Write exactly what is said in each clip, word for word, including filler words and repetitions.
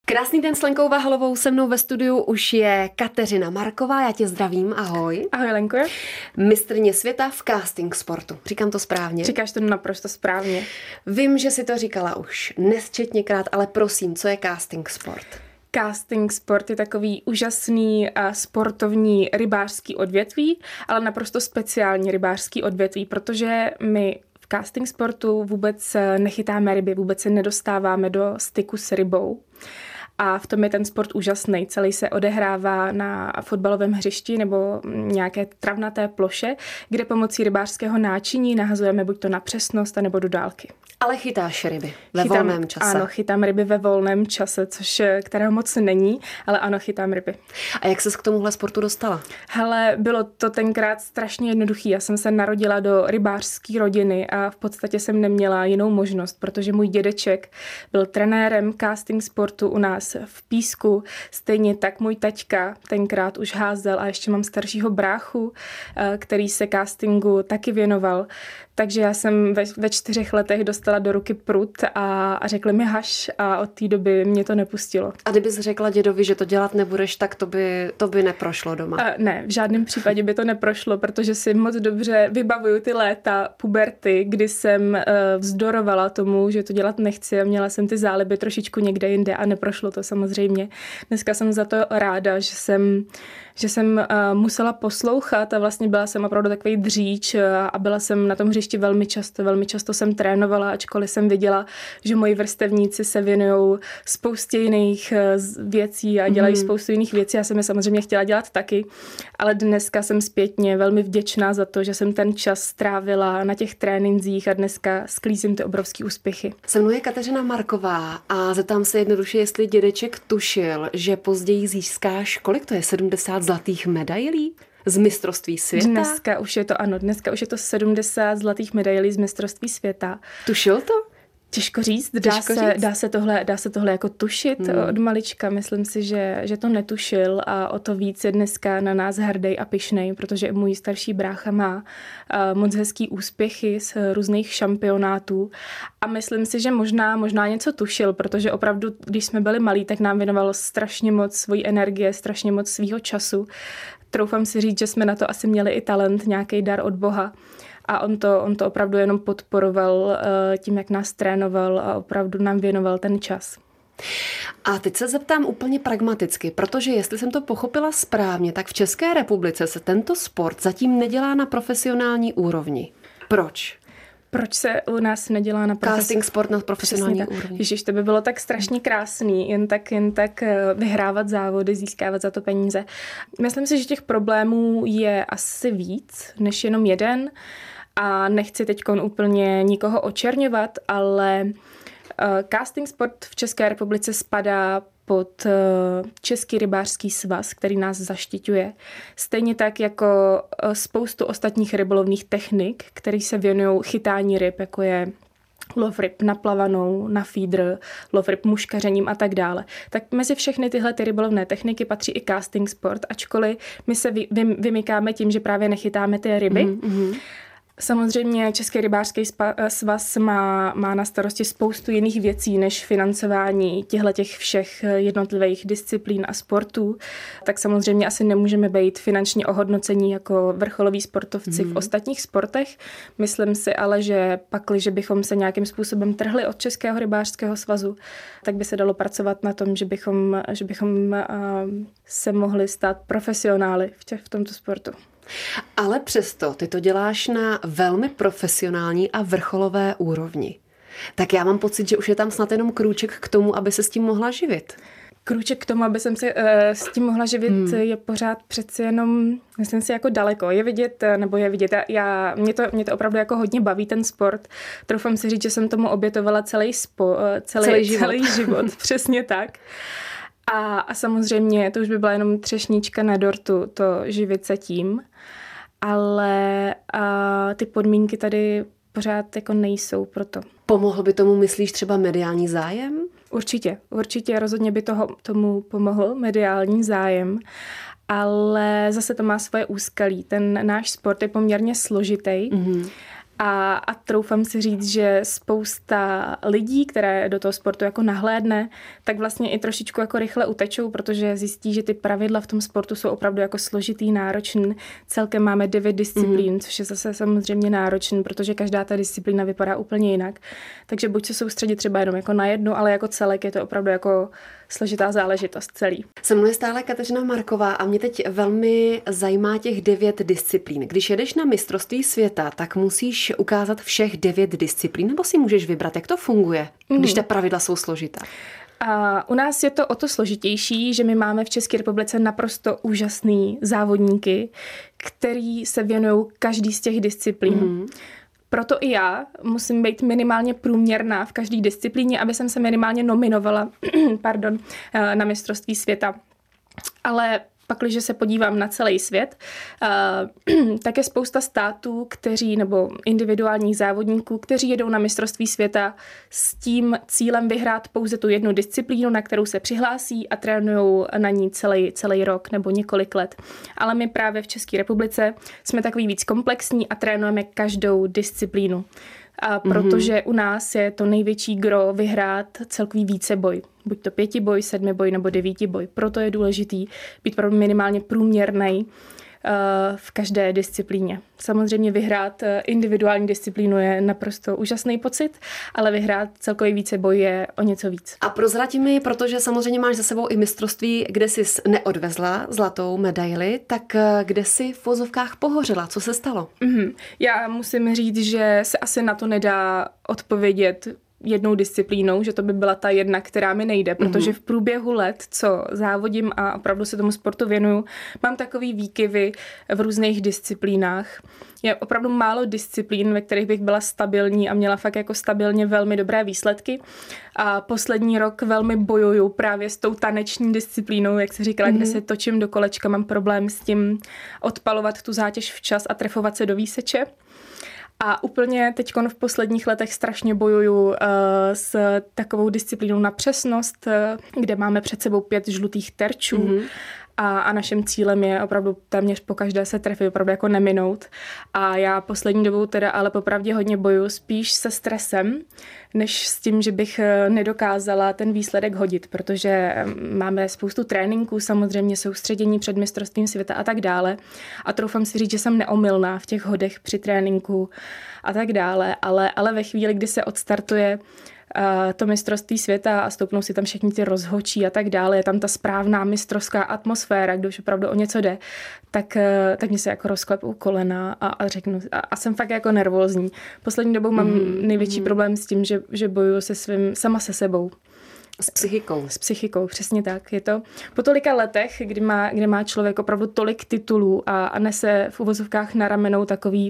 Krásný den s Lenkou Vahalovou, se mnou ve studiu už je Kateřina Marková, já tě zdravím, ahoj. Ahoj Lenko. Mistryně světa v casting sportu, říkám to správně? Říkáš to naprosto správně. Vím, že si to říkala už nesčetněkrát, ale prosím, co je casting sport? Casting sport je takový úžasný a sportovní rybářský odvětví, ale naprosto speciální rybářský odvětví, protože my v casting sportu vůbec nechytáme ryby, vůbec se nedostáváme do styku s rybou. A v tom je ten sport úžasný. Celý se odehrává na fotbalovém hřišti nebo nějaké travnaté ploše, kde pomocí rybářského náčiní nahazujeme buď to na přesnost, nebo do dálky. Ale chytáš ryby ve chytám, volném čase. Ano, chytám ryby ve volném čase, což kterého moc není, ale ano, chytám ryby. A jak ses k tomuhle sportu dostala? Hele, bylo to tenkrát strašně jednoduchý. Já jsem se narodila do rybářské rodiny a v podstatě jsem neměla jinou možnost, protože můj dědeček byl trenérem casting sportu u nás v Písku. Stejně tak můj taťka tenkrát už házel a ještě mám staršího bráchu, který se castingu taky věnoval. Takže já jsem ve, ve čtyřech letech dostala do ruky prut a, a řekli mi haš a od té doby mě to nepustilo. A kdybys řekla dědovi, že to dělat nebudeš, tak to by, to by neprošlo doma? A ne, v žádném případě by to neprošlo, protože si moc dobře vybavuju ty léta puberty, kdy jsem uh, vzdorovala tomu, že to dělat nechci a měla jsem ty záliby trošičku někde jinde a neprošlo to samozřejmě. Dneska jsem za to ráda, že jsem že jsem uh, musela poslouchat a vlastně byla jsem opravdu takový dříč uh, a byla jsem na tom hřišti velmi často. Velmi často jsem trénovala, ačkoliv jsem viděla, že moji vrstevníci se věnují spoustě jiných uh, věcí a dělají mm. spoustu jiných věcí. Já jsem je samozřejmě chtěla dělat taky, ale dneska jsem zpětně velmi vděčná za to, že jsem ten čas strávila na těch trénincích a dneska sklízím ty obrovský úspěchy. Se mnou je Kateřina Marková a zeptám se jednoduše, jestli dědeček tušil, že později získáš, kolik to je, sedmdesát zlatých medailí z mistrovství světa? Dneska už je to, ano, dneska už je to sedmdesát zlatých medailí z mistrovství světa. Tušil to? Těžko říct, dá, Těžko se, říct. Dá, se tohle, dá se tohle jako tušit hmm. od malička. Myslím si, že, že to netušil a o to víc je dneska na nás hrdý a pyšnej, protože můj starší brácha má uh, moc hezký úspěchy z různých šampionátů a myslím si, že možná, možná něco tušil, protože opravdu, když jsme byli malí, tak nám věnoval strašně moc svojí energie, strašně moc svýho času. Troufám si říct, že jsme na to asi měli i talent, nějaký dar od Boha. A on to, on to opravdu jenom podporoval tím, jak nás trénoval a opravdu nám věnoval ten čas. A teď se zeptám úplně pragmaticky, protože jestli jsem to pochopila správně, tak v České republice se tento sport zatím nedělá na profesionální úrovni. Proč? Proč se u nás nedělá na profesionální casting sport na profesionální úrovni? Ježiš, to by bylo tak strašně krásný, jen tak, jen tak vyhrávat závody, získávat za to peníze. Myslím si, že těch problémů je asi víc než jenom jeden a nechci teď úplně nikoho očerňovat, ale casting sport v České republice spadá pod Český rybářský svaz, který nás zaštiťuje. Stejně tak jako spoustu ostatních rybolovných technik, které se věnují chytání ryb, jako je lov ryb na plavanou, na feeder, lov ryb muškařením a tak dále. Tak mezi všechny tyhle ty rybolovné techniky patří i casting sport, ačkoliv my se vy, vy, vymykáme tím, že právě nechytáme ty ryby. Mm-hmm. Samozřejmě Český rybářský svaz má, má na starosti spoustu jiných věcí než financování těchto všech jednotlivých disciplín a sportů. Tak samozřejmě asi nemůžeme být finančně ohodnocení jako vrcholoví sportovci mm. v ostatních sportech. Myslím si ale, že pakliže bychom se nějakým způsobem trhli od Českého rybářského svazu, tak by se dalo pracovat na tom, že bychom, že bychom se mohli stát profesionály v, těch, v tomto sportu. Ale přesto ty to děláš na velmi profesionální a vrcholové úrovni. Tak já mám pocit, že už je tam snad jenom krůček k tomu, aby se s tím mohla živit. Krůček k tomu, aby jsem se uh, s tím mohla živit, hmm. je pořád přeci jenom, myslím si, jako daleko. Je vidět, nebo je vidět. Já, mě, to, mě to opravdu jako hodně baví, ten sport. Troufám si říct, že jsem tomu obětovala celý, spo, celý, celý život. Celý život, přesně tak. A, a samozřejmě to už by byla jenom třešnička na dortu, to živit se tím. Ale a, ty podmínky tady pořád jako nejsou pro to. Pomohl by tomu, myslíš, třeba mediální zájem? Určitě, určitě rozhodně by toho, tomu pomohl mediální zájem, ale zase to má svoje úskalí. Ten náš sport je poměrně složitý. Mm-hmm. A, a troufám si říct, že spousta lidí, které do toho sportu jako nahlédne, tak vlastně i trošičku jako rychle utečou, protože zjistí, že ty pravidla v tom sportu jsou opravdu jako složitý, náročný. Celkem máme devět disciplín, mm. což je zase samozřejmě náročný, protože každá ta disciplína vypadá úplně jinak. Takže buď se soustředit třeba jenom jako na jednu, ale jako celek je to opravdu jako složitá záležitost celý. Se mnou je stále Kateřina Marková a mě teď velmi zajímá těch devět disciplín. Když jedeš na mistrovství světa, tak musíš ukázat všech devět disciplín, nebo si můžeš vybrat, jak to funguje, mm. když ta pravidla jsou složitá? A u nás je to o to složitější, že my máme v České republice naprosto úžasný závodníky, který se věnují každý z těch disciplín. Mm. Proto i já musím být minimálně průměrná v každé disciplíně, aby jsem se minimálně nominovala pardon, na mistrovství světa. Ale pak, když se podívám na celý svět, tak je spousta států, kteří, nebo individuálních závodníků, kteří jedou na mistrovství světa s tím cílem vyhrát pouze tu jednu disciplínu, na kterou se přihlásí a trénujou na ní celý, celý rok nebo několik let. Ale my právě v České republice jsme takový víc komplexní a trénujeme každou disciplínu. A protože u nás je to největší gro vyhrát celkový víceboj. Buď to pětiboj, sedmiboj nebo devítiboj. Proto je důležitý být minimálně průměrnej v každé disciplíně. Samozřejmě vyhrát individuální disciplínu je naprosto úžasný pocit, ale vyhrát celkový víceboj je o něco víc. A prozrať mi, protože samozřejmě máš za sebou i mistrovství, kde jsi neodvezla zlatou medaili, tak kde jsi v vozovkách pohořela? Co se stalo? Mm-hmm. Já musím říct, že se asi na to nedá odpovědět jednou disciplínou, že to by byla ta jedna, která mi nejde, protože v průběhu let, co závodím a opravdu se tomu sportu věnuju, mám takový výkyvy v různých disciplínách. Je opravdu málo disciplín, ve kterých bych byla stabilní a měla fakt jako stabilně velmi dobré výsledky. A poslední rok velmi bojuju právě s tou taneční disciplínou, jak se říkala, mm-hmm. kde se točím do kolečka, mám problém s tím odpalovat tu zátěž včas a trefovat se do výseče. A úplně teď v posledních letech strašně bojuju uh, s takovou disciplínou na přesnost, uh, kde máme před sebou pět žlutých terčů. Mm-hmm. A, a naším cílem je opravdu téměř po každé se trefy, opravdu jako neminout. A já poslední dobou teda ale popravdě hodně bojuju spíš se stresem, než s tím, že bych nedokázala ten výsledek hodit, protože máme spoustu tréninků, samozřejmě soustředění před mistrovstvím světa a tak dále. A troufám si říct, že jsem neomylná v těch hodech při tréninku a tak dále, ale, ale ve chvíli, kdy se odstartuje to mistrovství světa a stoupnou si tam všichni ty rozhočí a tak dále, je tam ta správná mistrovská atmosféra, kde už opravdu o něco jde, tak, tak mě se jako rozklepou kolena a, a řeknu, a, a jsem fakt jako nervózní. Poslední dobou mám mm, největší mm. problém s tím, že, že bojuju se svým, sama se sebou. S psychikou. S psychikou, přesně tak. Je to po tolika letech, kdy má, kdy má člověk opravdu tolik titulů a, a nese v uvozovkách na ramenou takový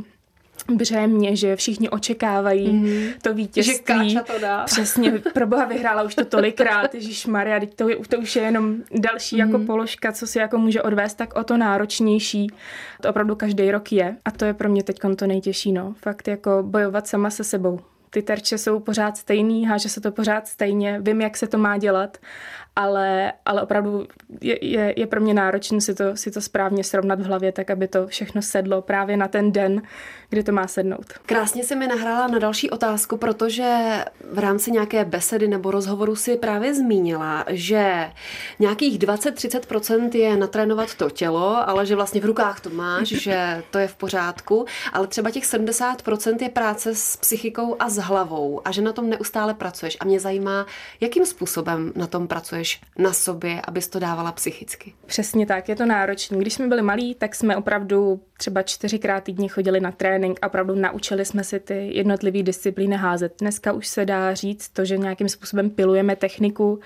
břemě, že všichni očekávají mm. to vítězství. Že Káča to dá. Přesně, proboha vyhrála už to tolikrát, ježišmarja, to, je, to už je jenom další mm. jako položka, co si jako může odvést, tak o to náročnější. To opravdu každý rok je a to je pro mě teď to nejtěžší, no. Fakt jako bojovat sama se sebou. Ty terče jsou pořád stejný, háže se to pořád stejně, vím, jak se to má dělat, ale, ale opravdu je, je, je pro mě náročné si to, si to správně srovnat v hlavě, tak aby to všechno sedlo právě na ten den, kdy to má sednout. Krásně si mi nahrála na další otázku, protože v rámci nějaké besedy nebo rozhovoru si právě zmínila, že nějakých dvacet až třicet procent je natrénovat to tělo, ale že vlastně v rukách to máš, že to je v pořádku, ale třeba těch sedmdesát procent je práce s psychikou a s hlavou a že na tom neustále pracuješ. A mě zajímá, jakým způsobem na tom pracuješ na sobě, abys to dávala psychicky. Přesně tak, je to náročné. Když jsme byli malí, tak jsme opravdu třeba čtyřikrát týdně chodili na trénink a opravdu naučili jsme si ty jednotlivé disciplíny házet. Dneska už se dá říct to, že nějakým způsobem pilujeme techniku,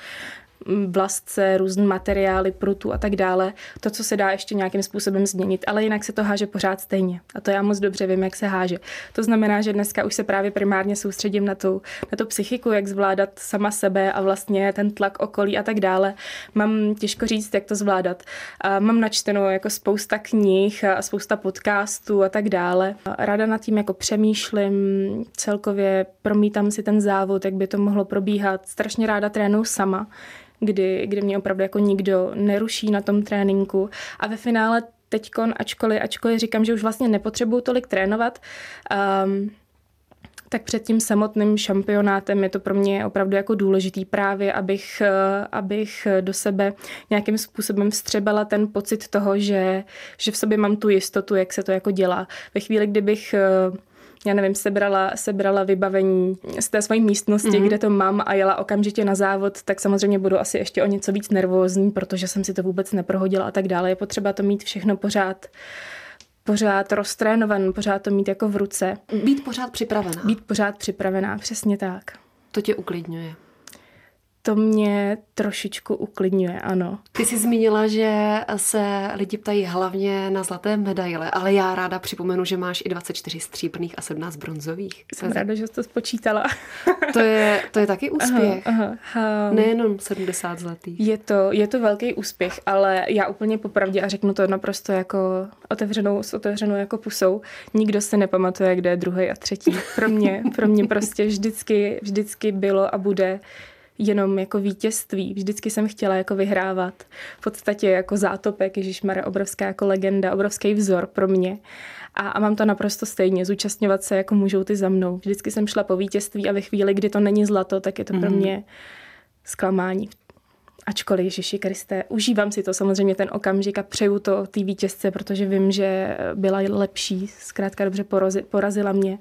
vlastce, různé materiály, prutu a tak dále. To, co se dá ještě nějakým způsobem změnit, ale jinak se to háže pořád stejně. A to já moc dobře vím, jak se háže. To znamená, že dneska už se právě primárně soustředím na tu, na tu psychiku, jak zvládat sama sebe a vlastně ten tlak okolí a tak dále. Mám těžko říct, jak to zvládat. A mám načteno jako spousta knih a spousta podcastů a tak dále. A ráda nad tím jako přemýšlím, celkově promítám si ten závod, jak by to mohlo probíhat. Strašně ráda trénuju sama, kdy, kdy mě opravdu jako nikdo neruší na tom tréninku. A ve finále teďkon, ačkoliv, ačkoliv říkám, že už vlastně nepotřebuju tolik trénovat, um, tak před tím samotným šampionátem je to pro mě opravdu jako důležitý právě, abych, abych do sebe nějakým způsobem vstřebala ten pocit toho, že, že v sobě mám tu jistotu, jak se to jako dělá. Ve chvíli, kdybych já nevím, sebrala, sebrala vybavení z té své místnosti, mm-hmm. kde to mám a jela okamžitě na závod, tak samozřejmě budu asi ještě o něco víc nervózní, protože jsem si to vůbec neprohodila a tak dále. Je potřeba to mít všechno pořád pořád roztrénovan, pořád to mít jako v ruce. Být pořád připravená. Být pořád připravená, přesně tak. To tě uklidňuje. To mě trošičku uklidňuje, ano. Ty jsi zmínila, že se lidi ptají hlavně na zlaté medaile, ale já ráda připomenu, že máš i dvacet čtyři stříbrných a sedmnáct bronzových. Jsem ráda, že jsi to spočítala. To je, to je taky úspěch. Aha, aha. Nejenom sedmdesát zlatých. Je to, je to velký úspěch, ale já úplně popravdě a řeknu to naprosto jako otevřenou, s otevřenou jako pusou. Nikdo se nepamatuje, kde je druhý a třetí. Pro mě, pro mě prostě vždycky, vždycky bylo a bude jenom jako vítězství. Vždycky jsem chtěla jako vyhrávat. V podstatě jako Zátopek, ježišmarja, obrovská jako legenda, obrovský vzor pro mě. A, a mám to naprosto stejně. Zúčastňovat se, jako můžou ty za mnou. Vždycky jsem šla po vítězství a ve chvíli, kdy to není zlato, tak je to mm. pro mě zklamání. Ačkoliv, Ježiši Kriste, užívám si to samozřejmě ten okamžik a přeju to té vítězce, protože vím, že byla lepší, zkrátka dobře porazila mě.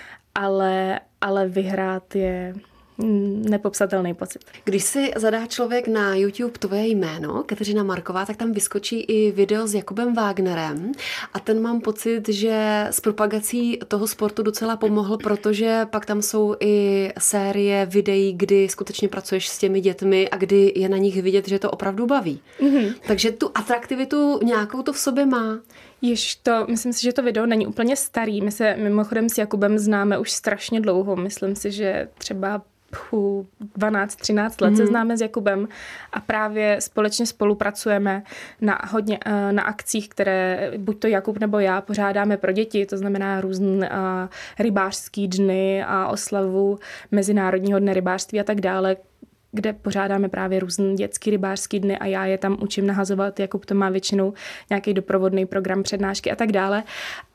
Ale, ale vyhrát je nepopsatelný pocit. Když si zadá člověk na YouTube tvoje jméno, Kateřina Marková, tak tam vyskočí i video s Jakubem Wagnerem a ten mám pocit, že s propagací toho sportu docela pomohl, protože pak tam jsou i série videí, kdy skutečně pracuješ s těmi dětmi a kdy je na nich vidět, že to opravdu baví. Mm-hmm. Takže tu atraktivitu nějakou to v sobě má. Jež to, myslím si, že to video není úplně starý. My se mimochodem s Jakubem známe už strašně dlouho. Myslím si, že třeba dvanáct třináct let mm. se známe s Jakubem a právě společně spolupracujeme na hodně na akcích, které buď to Jakub nebo já pořádáme pro děti, to znamená různé rybářský dny a oslavu Mezinárodního dne rybářství a tak dále, kde pořádáme právě různé dětský rybářský dny a já je tam učím nahazovat. Jakub to má většinou nějaký doprovodný program, přednášky a tak dále.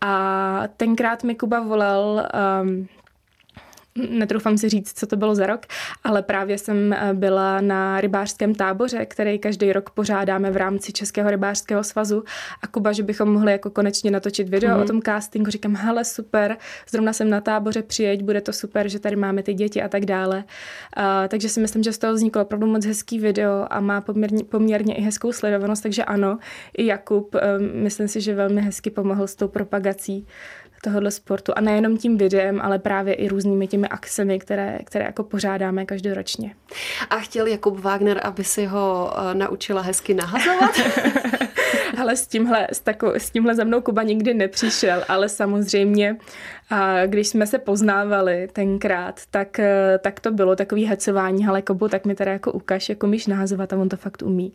A tenkrát mi Kuba volal, um, netroufám si říct, co to bylo za rok, ale právě jsem byla na rybářském táboře, který každý rok pořádáme v rámci Českého rybářského svazu a Kuba, že bychom mohli jako konečně natočit video mm. o tom castingu. Říkám, hele, super, zrovna jsem na táboře, přijeď, bude to super, že tady máme ty děti a tak dále. Uh, takže si myslím, že z toho vzniklo opravdu moc hezký video a má poměrně, poměrně i hezkou sledovanost, takže ano, i Jakub, um, myslím si, že velmi hezky pomohl s tou propagací tohohle sportu. A nejenom tím videem, ale právě i různými těmi akcemi, které, které jako pořádáme každoročně. A chtěl Jakub Wagner, aby si ho uh, naučila hezky nahazovat? Ale s tímhle, s, tako, s tímhle za mnou Kuba nikdy nepřišel, ale samozřejmě, a když jsme se poznávali tenkrát, tak, tak to bylo takový hecování, ale Kubo, tak mi teda jako ukaž, jako umíš nahazovat a on to fakt umí.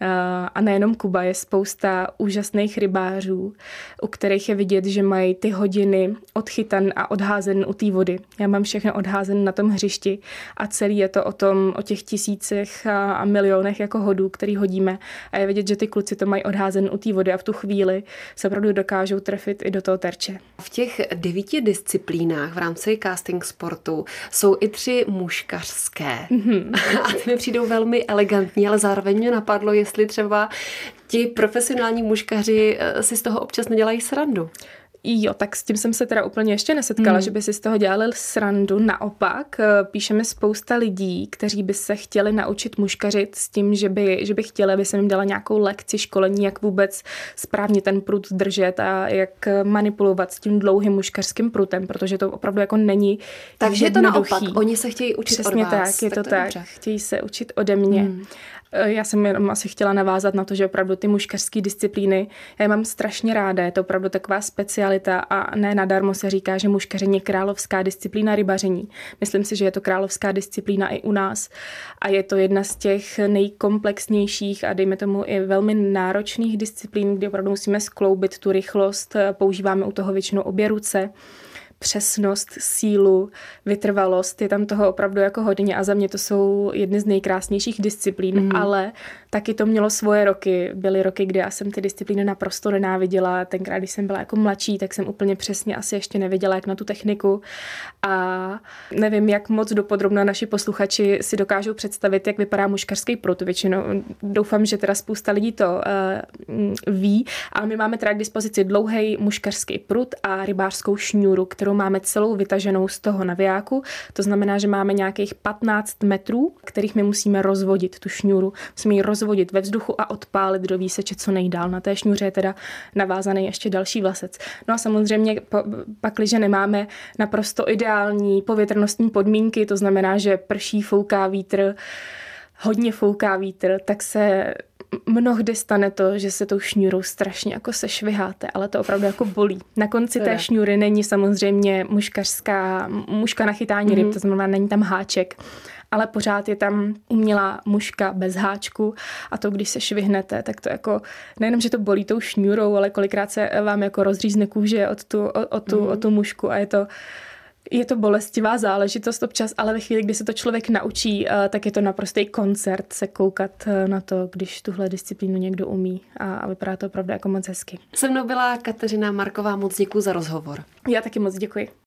A nejenom Kuba, je spousta úžasných rybářů, u kterých je vidět, že mají ty hodiny odchytan a odházen u té vody. Já mám všechno odházen na tom hřišti a celý je to o tom, o těch tisících a, a milionech jako hodů, který hodíme a je vidět, že ty kluci to mají odházen u té vody a v tu chvíli se opravdu dokážou trefit i do toho terče. V těch devíti disciplínách v rámci casting sportu jsou i tři muškařské. Mm-hmm. A ty mi přijdou velmi elegantní, ale zároveň mě napadlo, jestli třeba ti profesionální muškaři si z toho občas nedělají srandu. Jo, tak s tím jsem se teda úplně ještě nesetkala, hmm. že by si z toho dělali srandu. Naopak, píšeme spousta lidí, kteří by se chtěli naučit muškařit s tím, že by, že by chtěli, aby jsem jim dala nějakou lekci, školení, jak vůbec správně ten prut držet a jak manipulovat s tím dlouhým muškařským prutem, protože to opravdu jako není Takže je to naopak, oni se chtějí učit Přesně od vás. tak, je tak to, to tak, dobře. Chtějí se učit ode mě. Hmm. Já jsem jenom asi chtěla navázat na to, že opravdu ty muškařské disciplíny, já je mám strašně ráda, je to opravdu taková specialita a ne nadarmo se říká, že muškaření je královská disciplína rybaření. Myslím si, že je to královská disciplína i u nás a je to jedna z těch nejkomplexnějších a dejme tomu i velmi náročných disciplín, kdy opravdu musíme skloubit tu rychlost, používáme u toho většinou obě ruce, přesnost, sílu, vytrvalost, je tam toho opravdu jako hodně a za mě to jsou jedny z nejkrásnějších disciplín, mm. ale taky to mělo svoje roky. Byly roky, kdy já jsem ty disciplíny naprosto nenáviděla. Tenkrát, když jsem byla jako mladší, tak jsem úplně přesně asi ještě nevěděla, jak na tu techniku. A nevím, jak moc dopodrobna naši posluchači si dokážou představit, jak vypadá muškařský prut. Většinou doufám, že teda spousta lidí to uh, ví, ale my máme teda k dispozici dlouhý muškařský prut a rybářskou šňůru, kterou máme celou vytaženou z toho navijáku. To znamená, že máme nějakých patnáct metrů, kterých my musíme rozvodit tu šňůru. Musíme ji rozvodit ve vzduchu a odpálit do výseče co nejdál. Na té šňůře je teda navázaný ještě další vlasec. No a samozřejmě pakliže nemáme naprosto ideální povětrnostní podmínky, to znamená, že prší, fouká vítr, hodně fouká vítr, tak se mnohdy stane to, že se tou šňůrou strašně jako sešviháte, ale to opravdu jako bolí. Na konci té šňůry není samozřejmě muškařská, muška na chytání ryb, mm. to znamená, není tam háček, ale pořád je tam umělá muška bez háčku a to, když se švihnete, tak to jako, nejenom, že to bolí tou šňůrou, ale kolikrát se vám jako rozřízne kůže od tu, od, od tu, mm. od tu mušku a je to Je to bolestivá záležitost občas, ale ve chvíli, kdy se to člověk naučí, tak je to naprostý koncert se koukat na to, když tuhle disciplínu někdo umí a vypadá to opravdu jako moc hezky. Se mnou byla Kateřina Marková, moc děkuji za rozhovor. Já taky moc děkuji.